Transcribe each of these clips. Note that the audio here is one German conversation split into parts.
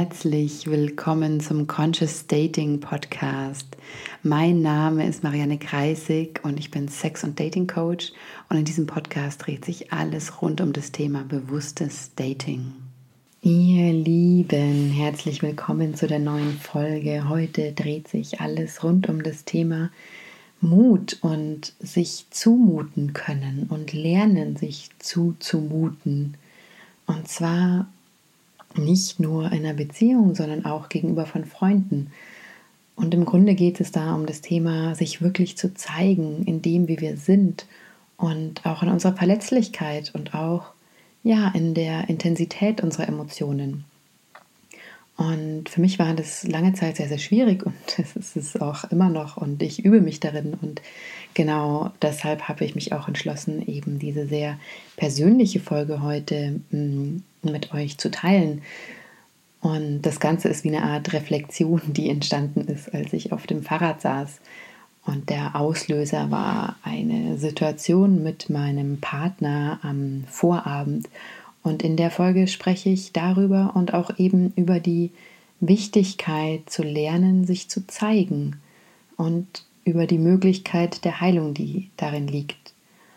herzlich willkommen zum Conscious Dating Podcast. Mein Name ist Marianne Kreisig und ich bin Sex- und Dating Coach und in diesem Podcast dreht sich alles rund um das Thema bewusstes Dating. Ihr Lieben, herzlich willkommen zu der neuen Folge. Heute dreht sich alles rund um das Thema Mut und sich zumuten können und lernen, sich zuzumuten. Und zwar nicht nur in einer Beziehung, sondern auch gegenüber von Freunden. Und im Grunde geht es da um das Thema, sich wirklich zu zeigen, in dem, wie wir sind und auch in unserer Verletzlichkeit und auch in der Intensität unserer Emotionen. Und für mich war das lange Zeit sehr, sehr schwierig und es ist es auch immer noch und ich übe mich darin und genau deshalb habe ich mich auch entschlossen, eben diese sehr persönliche Folge heute mit euch zu teilen. Und das Ganze ist wie eine Art Reflexion, die entstanden ist, als ich auf dem Fahrrad saß. Und der Auslöser war eine Situation mit meinem Partner am Vorabend. Und in der Folge spreche ich darüber und auch eben über die Wichtigkeit zu lernen, sich zu zeigen und über die Möglichkeit der Heilung, die darin liegt.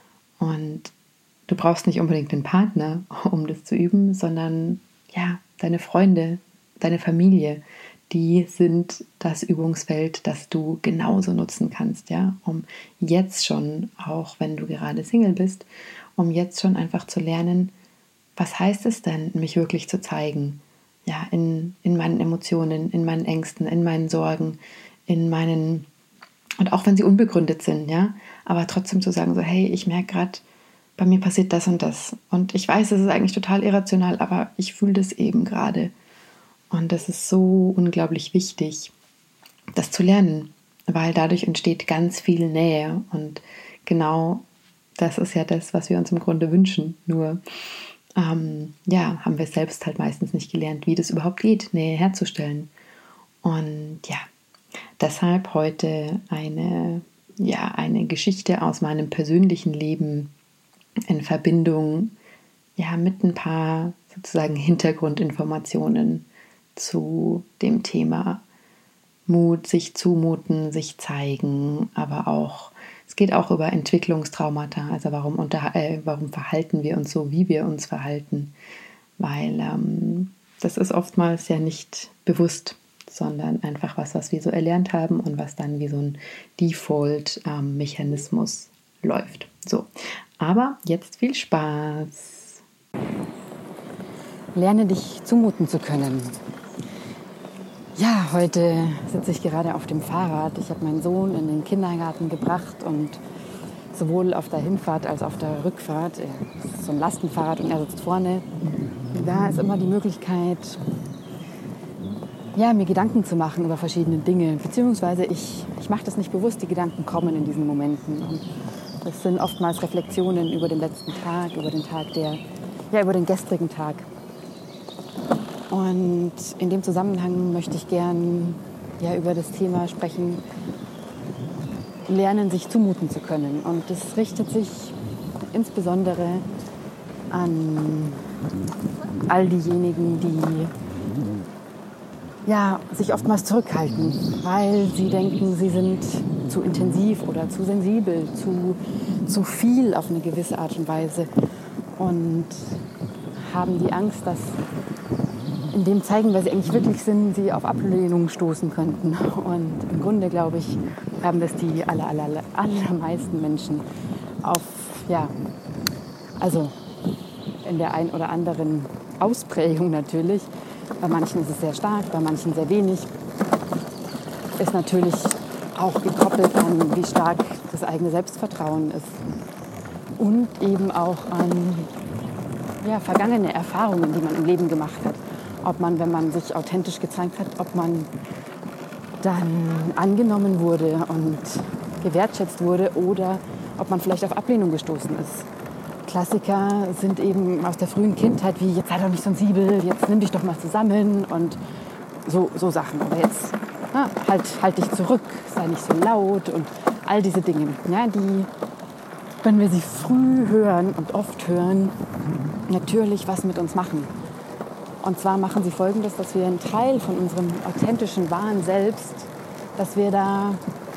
Und du brauchst nicht unbedingt einen Partner, um das zu üben, sondern deine Freunde, deine Familie, die sind das Übungsfeld, das du genauso nutzen kannst, um jetzt schon, auch wenn du gerade Single bist, um jetzt schon einfach zu lernen, was heißt es denn, mich wirklich zu zeigen? Ja, in meinen Emotionen, in meinen Ängsten, in meinen Sorgen, und auch wenn sie unbegründet sind, aber trotzdem zu sagen, so, hey, ich merke gerade, bei mir passiert das und das. Und ich weiß, es ist eigentlich total irrational, aber ich fühle das eben gerade. Und das ist so unglaublich wichtig, das zu lernen, weil dadurch entsteht ganz viel Nähe. Und genau das ist ja das, was wir uns im Grunde wünschen. Nur haben wir selbst halt meistens nicht gelernt, wie das überhaupt geht, Nähe herzustellen. Und deshalb heute eine Geschichte aus meinem persönlichen Leben in Verbindung mit ein paar sozusagen Hintergrundinformationen zu dem Thema Mut, sich zumuten, sich zeigen, aber auch es geht auch über Entwicklungstraumata, also warum verhalten wir uns so, wie wir uns verhalten, weil das ist oftmals ja nicht bewusst, sondern einfach was wir so erlernt haben und was dann wie so ein Default-Mechanismus läuft. So, aber jetzt viel Spaß. Lerne dich zumuten zu können. Ja, heute sitze ich gerade auf dem Fahrrad. Ich habe meinen Sohn in den Kindergarten gebracht und sowohl auf der Hinfahrt als auch auf der Rückfahrt, das ist so ein Lastenfahrrad und er sitzt vorne, da ist immer die Möglichkeit, mir Gedanken zu machen über verschiedene Dinge, beziehungsweise ich mache das nicht bewusst, die Gedanken kommen in diesen Momenten. Und das sind oftmals Reflexionen über den letzten Tag, über den gestrigen Tag. Und in dem Zusammenhang möchte ich gern über das Thema sprechen, lernen, sich zumuten zu können. Und das richtet sich insbesondere an all diejenigen, die sich oftmals zurückhalten, weil sie denken, sie sind zu intensiv oder zu sensibel, zu viel auf eine gewisse Art und Weise und haben die Angst, dass in dem zeigen, wer sie eigentlich wirklich sind, sie auf Ablehnung stoßen könnten. Und im Grunde, glaube ich, haben das die allermeisten Menschen also in der ein oder anderen Ausprägung natürlich. Bei manchen ist es sehr stark, bei manchen sehr wenig. Ist natürlich auch gekoppelt an, wie stark das eigene Selbstvertrauen ist. Und eben auch an vergangene Erfahrungen, die man im Leben gemacht hat. Ob man, wenn man sich authentisch gezeigt hat, ob man dann angenommen wurde und gewertschätzt wurde oder ob man vielleicht auf Ablehnung gestoßen ist. Klassiker sind eben aus der frühen Kindheit wie, jetzt sei doch nicht sensibel, jetzt nimm dich doch mal zusammen und so Sachen. Oder jetzt halt dich zurück, sei nicht so laut und all diese Dinge, die, wenn wir sie früh hören und oft hören, natürlich was mit uns machen. Und zwar machen sie Folgendes, dass wir einen Teil von unserem authentischen, wahren Selbst, dass wir da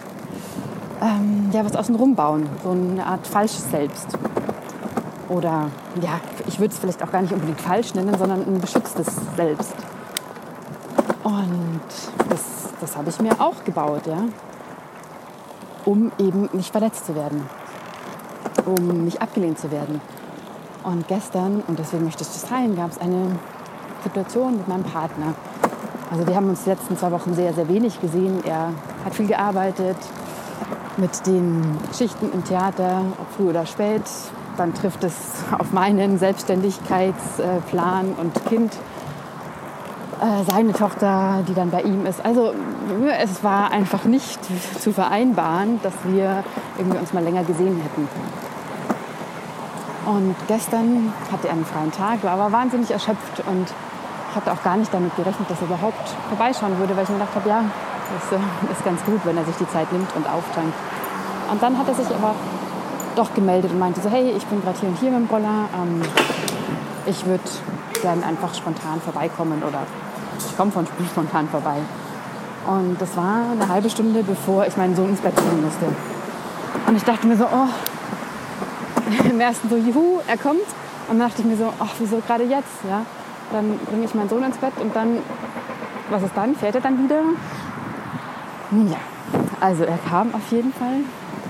was außenrum bauen. So eine Art falsches Selbst. Oder, ja, ich würde es vielleicht auch gar nicht unbedingt falsch nennen, sondern ein beschütztes Selbst. Und das habe ich mir auch gebaut, ja, um eben nicht verletzt zu werden, um nicht abgelehnt zu werden. Und gestern, und deswegen möchte ich das teilen, gab es eine Situation mit meinem Partner. Also wir haben uns die letzten 2 Wochen sehr, sehr wenig gesehen. Er hat viel gearbeitet mit den Schichten im Theater, ob früh oder spät. Dann trifft es auf meinen Selbstständigkeitsplan und Kind. Seine Tochter, die dann bei ihm ist. Also es war einfach nicht zu vereinbaren, dass wir irgendwie uns mal länger gesehen hätten. Und gestern hatte er einen freien Tag, war aber wahnsinnig erschöpft und ich hatte auch gar nicht damit gerechnet, dass er überhaupt vorbeischauen würde, weil ich mir gedacht habe, ja, das ist ganz gut, wenn er sich die Zeit nimmt und auftankt. Und dann hat er sich aber doch gemeldet und meinte so, hey, ich bin gerade hier und hier mit dem Roller, ich würde gerne einfach spontan vorbeikommen oder ich komme von spontan vorbei. Und das war eine halbe Stunde, bevor ich meinen Sohn ins Bett bringen musste. Und ich dachte mir so, im ersten so, juhu, er kommt. Und dann dachte ich mir so, wieso gerade jetzt? Ja? Dann bringe ich meinen Sohn ins Bett und dann, was ist dann? Fährt er dann wieder? Nun ja, also er kam auf jeden Fall.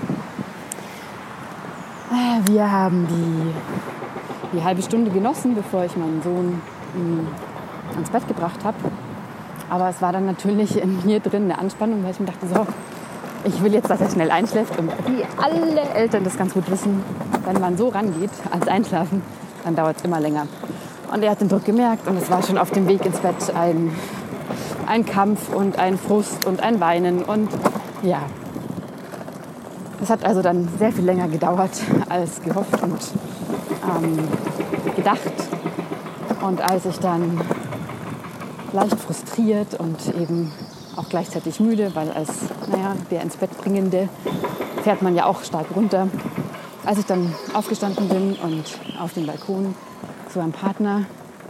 Wir haben die halbe Stunde genossen, bevor ich meinen Sohn ins Bett gebracht habe. Aber es war dann natürlich in mir drin eine Anspannung, weil ich mir dachte, so, ich will jetzt, dass er schnell einschläft. Und wie alle Eltern das ganz gut wissen, wenn man so rangeht ans Einschlafen, dann dauert es immer länger. Und er hat den Druck gemerkt und es war schon auf dem Weg ins Bett ein Kampf und ein Frust und ein Weinen. Und ja, es hat also dann sehr viel länger gedauert als gehofft und gedacht. Und als ich dann leicht frustriert und eben auch gleichzeitig müde, weil als der ins Bett bringende fährt man ja auch stark runter. Als ich dann aufgestanden bin und auf den Balkon zu meinem Partner,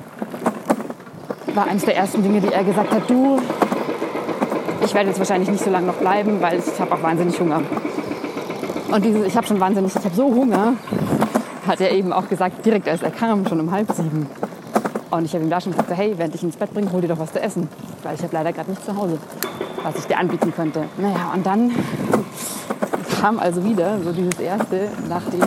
war eines der ersten Dinge, die er gesagt hat, du, ich werde jetzt wahrscheinlich nicht so lange noch bleiben, weil ich habe auch wahnsinnig Hunger. Und ich habe so Hunger, hat er eben auch gesagt, direkt als er kam, schon um 6:30. Und ich habe ihm da schon gesagt, hey, während ich ihn ins Bett bringe, hol dir doch was zu essen. Weil ich habe leider gerade nichts zu Hause, was ich dir anbieten könnte. Naja, und dann kam also wieder so dieses Erste, nachdem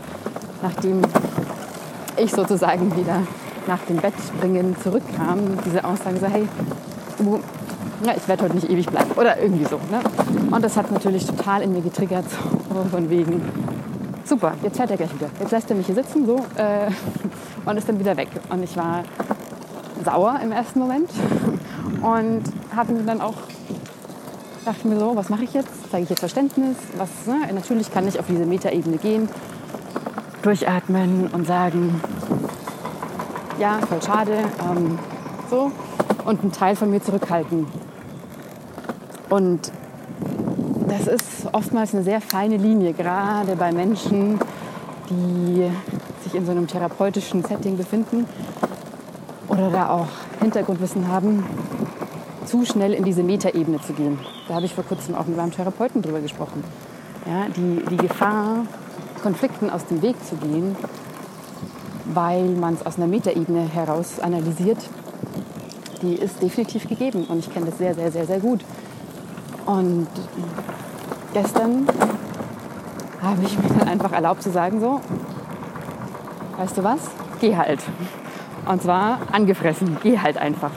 ich sozusagen wieder nach dem Bettbringen zurückkam, diese Aussage so, hey, ich werde heute nicht ewig bleiben. Oder irgendwie so. Ne? Und das hat natürlich total in mir getriggert, so von wegen, super, jetzt fährt er gleich wieder. Jetzt lässt er mich hier sitzen so, und ist dann wieder weg. Und ich war sauer im ersten Moment und habe mir dann auch dachte mir so, was mache ich jetzt? Zeige ich jetzt Verständnis? Natürlich kann ich auf diese Metaebene gehen, durchatmen und sagen, ja, voll schade, so, und einen Teil von mir zurückhalten. Und das ist oftmals eine sehr feine Linie, gerade bei Menschen, die sich in so einem therapeutischen Setting befinden oder da auch Hintergrundwissen haben, zu schnell in diese Metaebene zu gehen. Da habe ich vor kurzem auch mit meinem Therapeuten drüber gesprochen. Ja, die Gefahr, Konflikten aus dem Weg zu gehen, weil man es aus einer Metaebene heraus analysiert, die ist definitiv gegeben. Und ich kenne das sehr, sehr, sehr, sehr gut. Und gestern habe ich mir dann einfach erlaubt zu sagen, so, weißt du was, geh halt. Und zwar angefressen, geh halt einfach.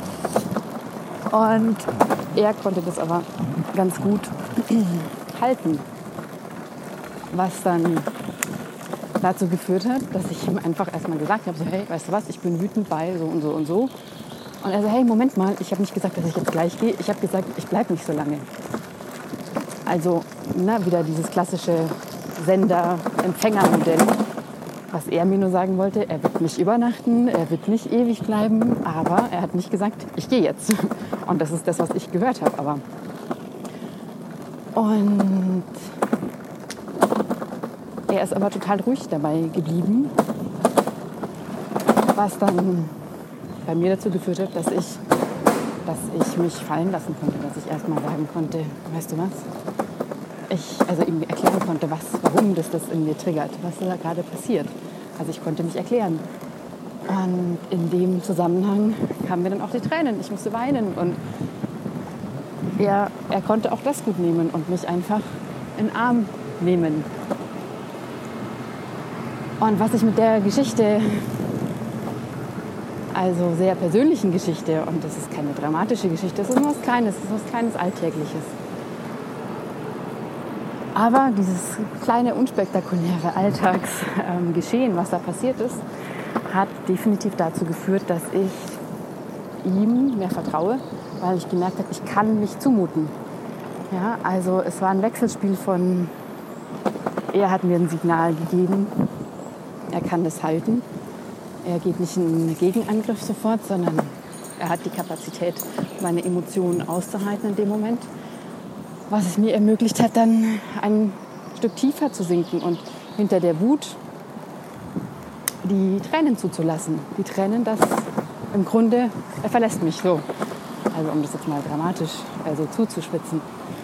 Und er konnte das aber ganz gut halten, was dann dazu geführt hat, dass ich ihm einfach erstmal gesagt habe, so, hey, weißt du was, ich bin wütend bei so und so und so. Und er so, hey, Moment mal, ich habe nicht gesagt, dass ich jetzt gleich gehe, ich habe gesagt, ich bleibe nicht so lange. Also wieder dieses klassische Sender-Empfänger-Modell, was er mir nur sagen wollte, er wird nicht übernachten, er wird nicht ewig bleiben, aber er hat nicht gesagt, ich gehe jetzt. Und das ist das, was ich gehört habe. Aber und er ist aber total ruhig dabei geblieben, was dann bei mir dazu geführt hat, dass ich mich fallen lassen konnte, dass ich erstmal sagen konnte, weißt du was? Also ihm erklären konnte, warum das in mir triggert, was da gerade passiert. Also ich konnte mich erklären. Und in dem Zusammenhang kamen mir dann auch die Tränen. Ich musste weinen und er konnte auch das gut nehmen und mich einfach in den Arm nehmen. Und was ich mit der Geschichte, also sehr persönlichen Geschichte, und das ist keine dramatische Geschichte, das ist nur was Kleines Alltägliches. Aber dieses kleine, unspektakuläre Alltagsgeschehen, was da passiert ist, hat definitiv dazu geführt, dass ich ihm mehr vertraue, weil ich gemerkt habe, ich kann mich zumuten. Ja, also es war ein Wechselspiel von, er hat mir ein Signal gegeben, er kann das halten. Er geht nicht in einen Gegenangriff sofort, sondern er hat die Kapazität, meine Emotionen auszuhalten in dem Moment. Was es mir ermöglicht hat, dann ein Stück tiefer zu sinken und hinter der Wut die Tränen zuzulassen. Die Tränen, das im Grunde, er verlässt mich so. Also um das jetzt mal dramatisch zuzuspitzen.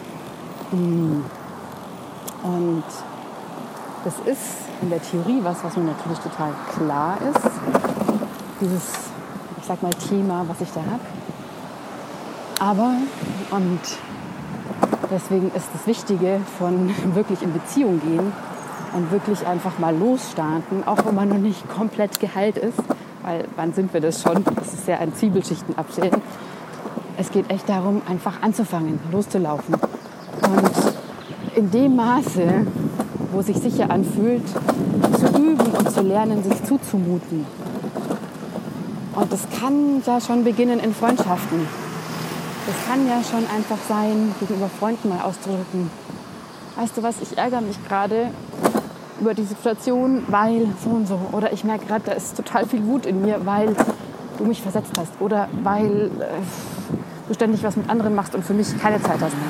Und das ist in der Theorie was mir natürlich total klar ist. Dieses, ich sag mal, Thema, was ich da habe. Aber, und deswegen ist das Wichtige von wirklich in Beziehung gehen und wirklich einfach mal losstarten, auch wenn man noch nicht komplett geheilt ist, weil wann sind wir das schon? Das ist ja ein Zwiebelschichtenabschälen. Es geht echt darum, einfach anzufangen, loszulaufen. Und in dem Maße, wo es sich sicher anfühlt, zu üben und zu lernen, sich zuzumuten. Und das kann ja schon beginnen in Freundschaften. Das kann ja schon einfach sein, gegenüber Freunden mal auszudrücken. Weißt du was, ich ärgere mich gerade über die Situation, weil so und so. Oder ich merke gerade, da ist total viel Wut in mir, weil du mich versetzt hast. Oder weil du ständig was mit anderen machst und für mich keine Zeit hast.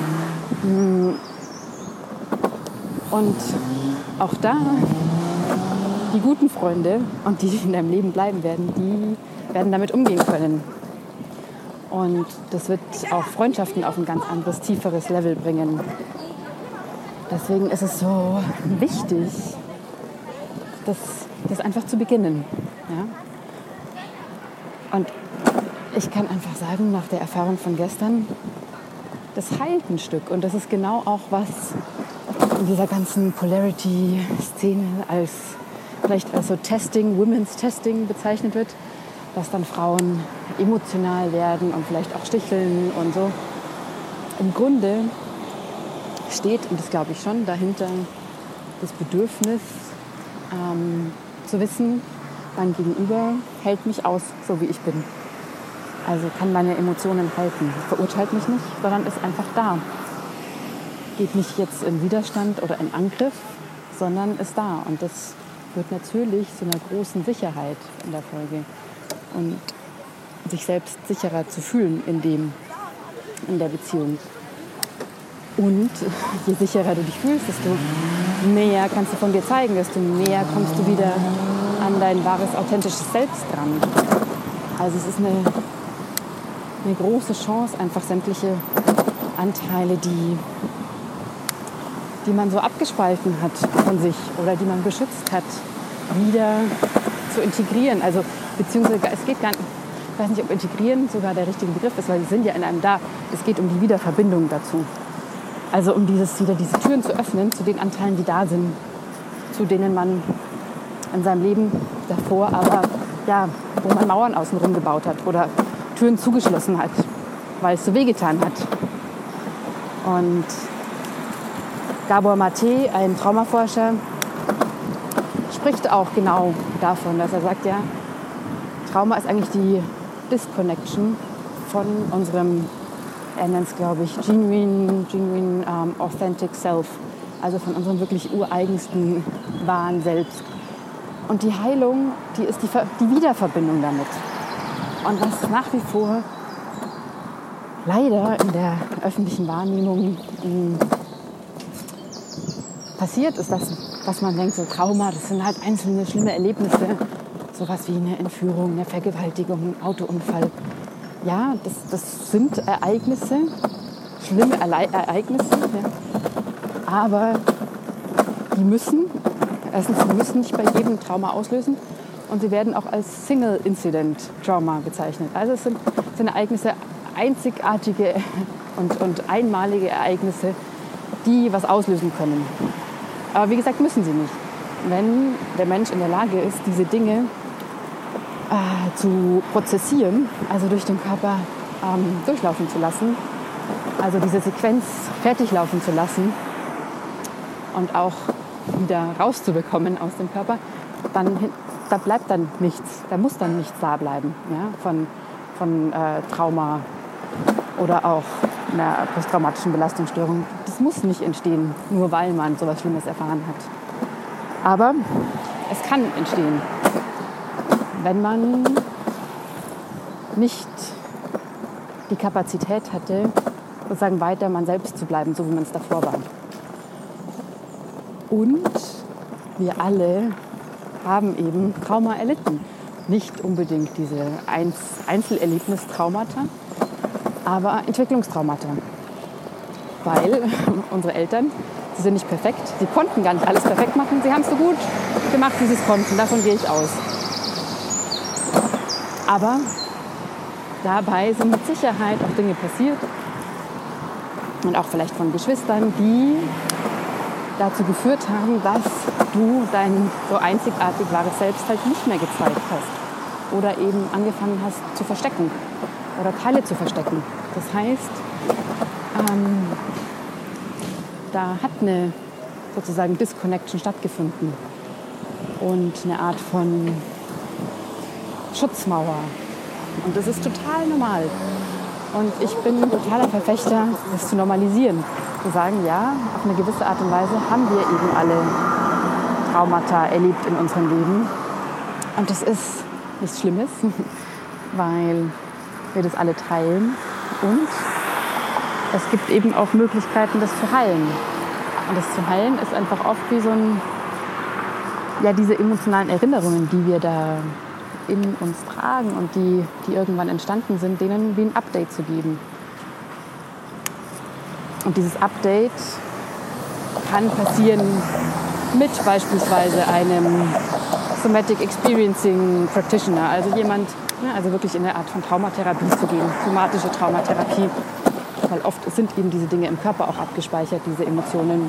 Und auch da, die guten Freunde und die in deinem Leben bleiben werden, die werden damit umgehen können. Und das wird auch Freundschaften auf ein ganz anderes, tieferes Level bringen. Deswegen ist es so wichtig, das einfach zu beginnen. Ja? Und ich kann einfach sagen, nach der Erfahrung von gestern, das heilt ein Stück. Und das ist genau auch was in dieser ganzen Polarity-Szene vielleicht als so Testing, Women's Testing bezeichnet wird, dass dann Frauen emotional werden und vielleicht auch sticheln und so. Im Grunde steht, und das glaube ich schon, dahinter das Bedürfnis zu wissen, mein Gegenüber hält mich aus, so wie ich bin. Also kann meine Emotionen halten, verurteilt mich nicht, sondern ist einfach da. Geht nicht jetzt in Widerstand oder in Angriff, sondern ist da. Und das führt natürlich zu einer großen Sicherheit in der Folge. Und sich selbst sicherer zu fühlen in der Beziehung. Und je sicherer du dich fühlst, desto mehr kannst du von dir zeigen, desto mehr kommst du wieder an dein wahres, authentisches Selbst dran. Also es ist eine große Chance, einfach sämtliche Anteile, die man so abgespalten hat von sich oder die man beschützt hat, wieder zu integrieren. Also beziehungsweise es geht gar nicht, ich weiß nicht, ob integrieren sogar der richtige Begriff ist, weil die sind ja in einem da. Es geht um die Wiederverbindung dazu. Also um wieder diese Türen zu öffnen zu den Anteilen, die da sind, zu denen man in seinem Leben davor aber, ja, wo man Mauern außenrum gebaut hat oder Türen zugeschlossen hat, weil es so wehgetan hat. Und Gabor Mate, ein Traumaforscher, spricht auch genau davon, dass er sagt, ja, Trauma ist eigentlich die Disconnection von unserem, er nennt es, glaube ich, genuine authentic self, also von unserem wirklich ureigensten, wahren Selbst. Und die Heilung, die ist die Wiederverbindung damit. Und was nach wie vor leider in der öffentlichen Wahrnehmung passiert, ist, dass man denkt, so Trauma, das sind halt einzelne schlimme Erlebnisse, sowas wie eine Entführung, eine Vergewaltigung, ein Autounfall. Ja, das sind Ereignisse, schlimme Ereignisse, ja. Aber die müssen nicht bei jedem Trauma auslösen und sie werden auch als Single-Incident-Trauma bezeichnet. Also es sind Ereignisse, einzigartige und einmalige Ereignisse, die was auslösen können. Aber wie gesagt, müssen sie nicht. Wenn der Mensch in der Lage ist, diese Dinge zu prozessieren, also durch den Körper durchlaufen zu lassen, also diese Sequenz fertig laufen zu lassen und auch wieder rauszubekommen aus dem Körper, da bleibt dann nichts, da muss dann nichts da bleiben, ja, von Trauma oder auch einer posttraumatischen Belastungsstörung. Das muss nicht entstehen, nur weil man so etwas Schlimmes erfahren hat. Aber es kann entstehen, wenn man nicht die Kapazität hatte, sozusagen weiter man selbst zu bleiben, so wie man es davor war. Und wir alle haben eben Trauma erlitten. Nicht unbedingt diese Einzelerlebnistraumata, aber Entwicklungstraumata. Weil unsere Eltern, sie sind nicht perfekt, sie konnten gar nicht alles perfekt machen, sie haben es so gut gemacht, wie sie es konnten, davon gehe ich aus. Aber dabei sind mit Sicherheit auch Dinge passiert und auch vielleicht von Geschwistern, die dazu geführt haben, dass du dein so einzigartig wahres Selbst halt nicht mehr gezeigt hast oder eben angefangen hast zu verstecken oder Teile zu verstecken. Das heißt, da hat eine sozusagen Disconnection stattgefunden und eine Art von Schutzmauer. Und das ist total normal. Und ich bin totaler Verfechter, das zu normalisieren. Zu sagen, ja, auf eine gewisse Art und Weise haben wir eben alle Traumata erlebt in unserem Leben. Und das ist nichts Schlimmes, weil wir das alle teilen. Und es gibt eben auch Möglichkeiten, das zu heilen. Und das zu heilen ist einfach oft wie so diese emotionalen Erinnerungen, die wir da in uns tragen und die irgendwann entstanden sind, denen wie ein Update zu geben. Und dieses Update kann passieren mit beispielsweise einem Somatic Experiencing Practitioner, also jemand, also wirklich in eine Art von Traumatherapie zu gehen, somatische Traumatherapie, weil oft sind eben diese Dinge im Körper auch abgespeichert, diese Emotionen.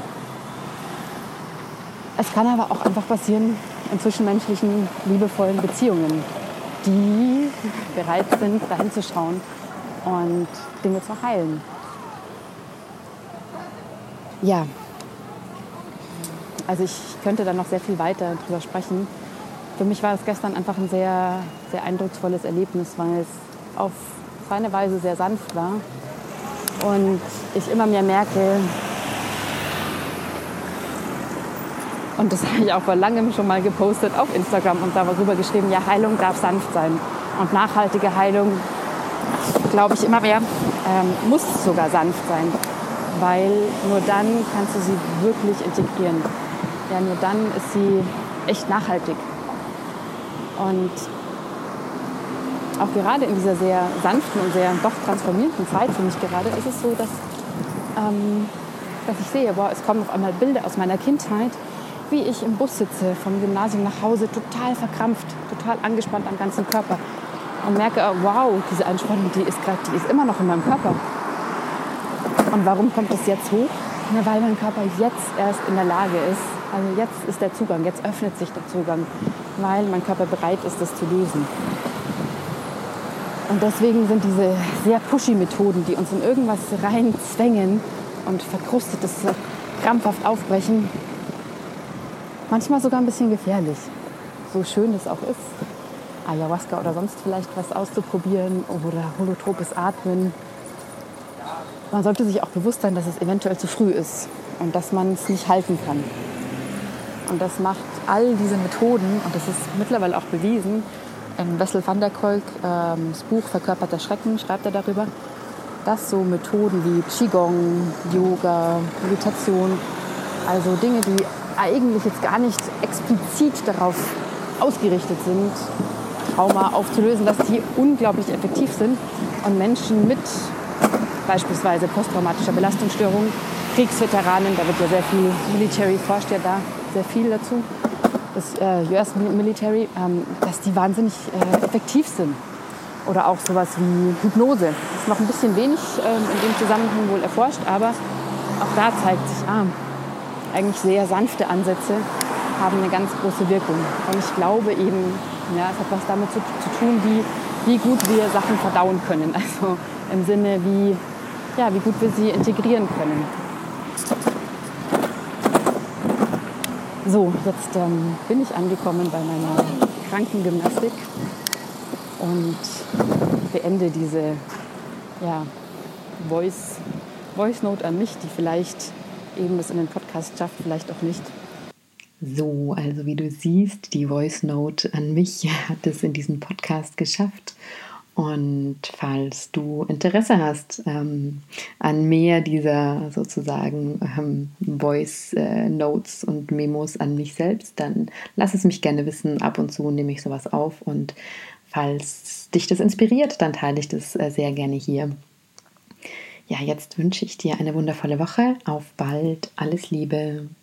Es kann aber auch einfach passieren in zwischenmenschlichen, liebevollen Beziehungen, die bereit sind, dahin zu schauen und Dinge zu heilen. Ja, also ich könnte da noch sehr viel weiter drüber sprechen. Für mich war es gestern einfach ein sehr, sehr eindrucksvolles Erlebnis, weil es auf seine Weise sehr sanft war und ich immer mehr merke, und das habe ich auch vor langem schon mal gepostet auf Instagram und darüber geschrieben, ja, Heilung darf sanft sein. Und nachhaltige Heilung, glaube ich immer mehr, muss sogar sanft sein. Weil nur dann kannst du sie wirklich integrieren. Ja, nur dann ist sie echt nachhaltig. Und auch gerade in dieser sehr sanften und sehr doch transformierenden Zeit für mich gerade ist es so, dass ich sehe, es kommen auf einmal Bilder aus meiner Kindheit, wie ich im Bus sitze, vom Gymnasium nach Hause, total verkrampft, total angespannt am ganzen Körper. Und merke, wow, diese Anspannung, die ist immer noch in meinem Körper. Und warum kommt das jetzt hoch? Ja, weil mein Körper jetzt erst in der Lage ist, also jetzt ist der Zugang, jetzt öffnet sich der Zugang, weil mein Körper bereit ist, das zu lösen. Und deswegen sind diese sehr pushy Methoden, die uns in irgendwas reinzwängen und verkrustetes krampfhaft aufbrechen, manchmal sogar ein bisschen gefährlich. So schön es auch ist, Ayahuasca oder sonst vielleicht was auszuprobieren oder holotropes Atmen. Man sollte sich auch bewusst sein, dass es eventuell zu früh ist und dass man es nicht halten kann. Und das macht all diese Methoden, und das ist mittlerweile auch bewiesen, in Bessel van der Kolk, das Buch Verkörperter Schrecken, schreibt er darüber, dass so Methoden wie Qigong, Yoga, Meditation, also Dinge, die eigentlich jetzt gar nicht explizit darauf ausgerichtet sind, Trauma aufzulösen, dass die unglaublich effektiv sind und Menschen mit beispielsweise posttraumatischer Belastungsstörung, Kriegsveteranen, da wird ja sehr viel, Military forscht ja da sehr viel dazu, das US Military, dass die wahnsinnig effektiv sind. Oder auch sowas wie Hypnose. Das ist noch ein bisschen wenig in dem Zusammenhang wohl erforscht, aber auch da zeigt sich, eigentlich sehr sanfte Ansätze haben eine ganz große Wirkung. Und ich glaube eben, ja, es hat was damit zu tun, wie gut wir Sachen verdauen können. Also im Sinne, wie gut wir sie integrieren können. So, jetzt bin ich angekommen bei meiner Krankengymnastik und beende diese Voice Note an mich, die vielleicht eben das in den Podcast schafft, vielleicht auch nicht. So, also wie du siehst, die Voice Note an mich hat es in diesem Podcast geschafft. Und falls du Interesse hast an mehr dieser sozusagen Voice Notes und Memos an mich selbst, dann lass es mich gerne wissen. Ab und zu nehme ich sowas auf und falls dich das inspiriert, dann teile ich das sehr gerne hier. Ja, jetzt wünsche ich dir eine wundervolle Woche. Auf bald. Alles Liebe.